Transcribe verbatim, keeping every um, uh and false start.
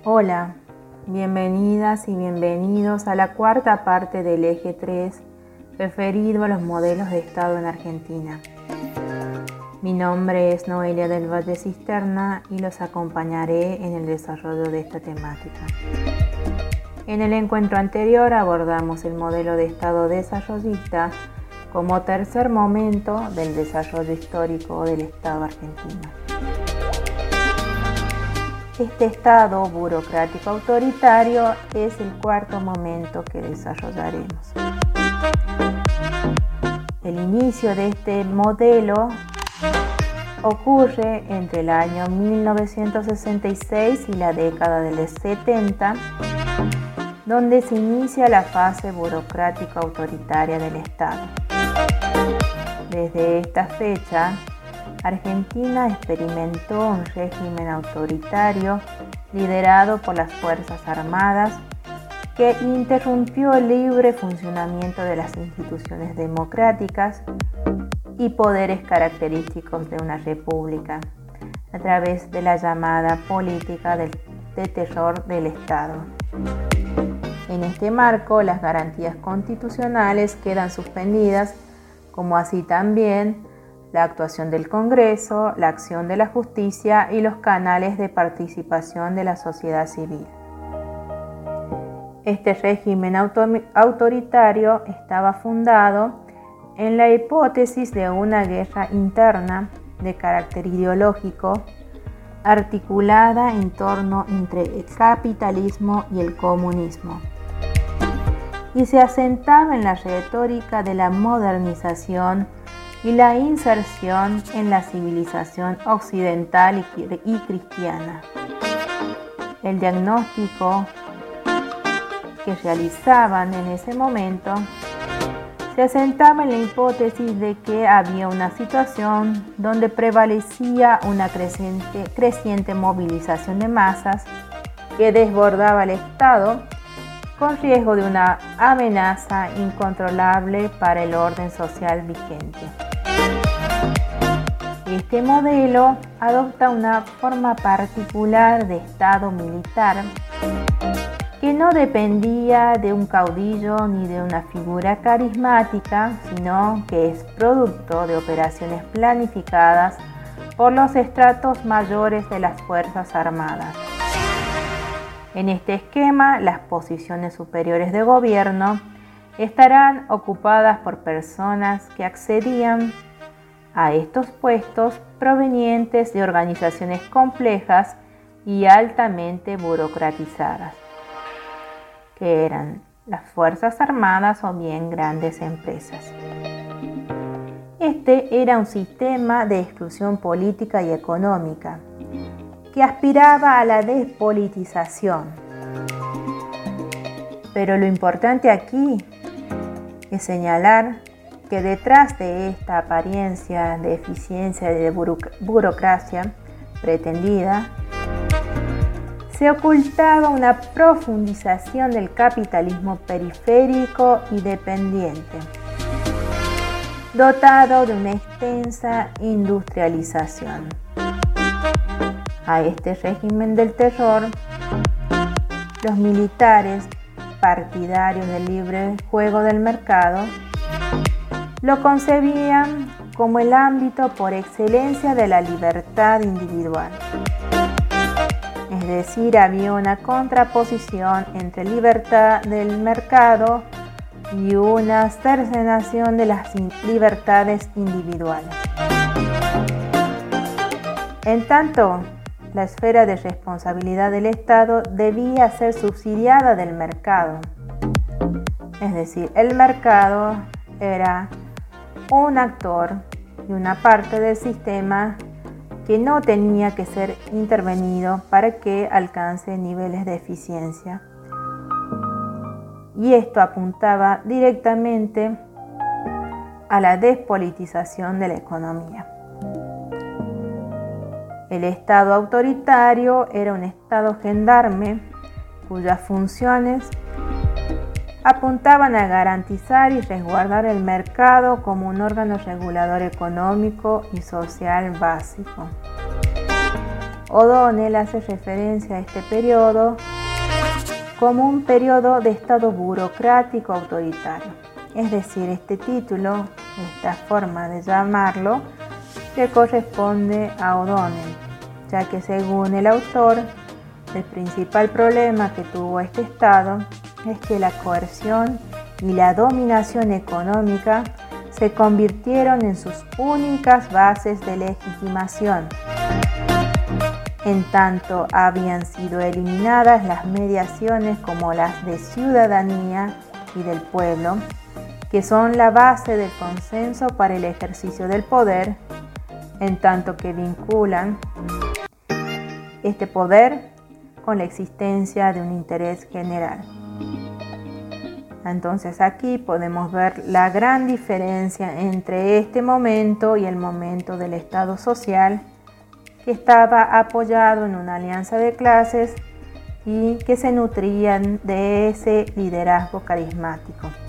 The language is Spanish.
Hola, bienvenidas y bienvenidos a la cuarta parte del eje tres referido a los modelos de Estado en Argentina. Mi nombre es Noelia del Valle Cisterna y los acompañaré en el desarrollo de esta temática. En el encuentro anterior abordamos el modelo de Estado desarrollista como tercer momento del desarrollo histórico del Estado argentino. Este Estado burocrático autoritario es el cuarto momento que desarrollaremos. El inicio de este modelo ocurre entre el año mil novecientos sesenta y seis y la década de los setenta, donde se inicia la fase burocrática autoritaria del Estado. Desde esta fecha, Argentina experimentó un régimen autoritario liderado por las Fuerzas Armadas que interrumpió el libre funcionamiento de las instituciones democráticas y poderes característicos de una república a través de la llamada política de, de terror del Estado. En este marco, las garantías constitucionales quedan suspendidas, como así también la actuación del Congreso, la acción de la justicia y los canales de participación de la sociedad civil. Este régimen auto- autoritario estaba fundado en la hipótesis de una guerra interna de carácter ideológico articulada en torno entre el capitalismo y el comunismo, y se asentaba en la retórica de la modernización y la inserción en la civilización occidental y cristiana. El diagnóstico que realizaban en ese momento se asentaba en la hipótesis de que había una situación donde prevalecía una creciente, creciente movilización de masas que desbordaba el Estado con riesgo de una amenaza incontrolable para el orden social vigente. Este modelo adopta una forma particular de Estado militar que no dependía de un caudillo ni de una figura carismática, sino que es producto de operaciones planificadas por los estratos mayores de las Fuerzas Armadas. En este esquema, las posiciones superiores de gobierno estarán ocupadas por personas que accedían a estos puestos provenientes de organizaciones complejas y altamente burocratizadas, que eran las Fuerzas Armadas o bien grandes empresas. Este era un sistema de exclusión política y económica que aspiraba a la despolitización. Pero lo importante aquí es señalar que detrás de esta apariencia de eficiencia y de burocracia pretendida, se ocultaba una profundización del capitalismo periférico y dependiente, dotado de una extensa industrialización. A este régimen del terror, los militares partidarios del libre juego del mercado lo concebían como el ámbito por excelencia de la libertad individual. Es decir, había una contraposición entre libertad del mercado y una cercenación de las libertades individuales. En tanto, la esfera de responsabilidad del Estado debía ser subsidiada del mercado. Es decir, el mercado era un actor y una parte del sistema que no tenía que ser intervenido para que alcance niveles de eficiencia. Y esto apuntaba directamente a la despolitización de la economía. El Estado autoritario era un Estado gendarme cuyas funciones apuntaban a garantizar y resguardar el mercado como un órgano regulador económico y social básico. O'Donnell hace referencia a este periodo como un periodo de estado burocrático autoritario. Es decir, este título, esta forma de llamarlo, le corresponde a O'Donnell, ya que según el autor, el principal problema que tuvo este estado es que la coerción y la dominación económica se convirtieron en sus únicas bases de legitimación. En tanto habían sido eliminadas las mediaciones como las de ciudadanía y del pueblo, que son la base del consenso para el ejercicio del poder, en tanto que vinculan este poder con la existencia de un interés general. Entonces aquí podemos ver la gran diferencia entre este momento y el momento del Estado social, que estaba apoyado en una alianza de clases y que se nutrían de ese liderazgo carismático.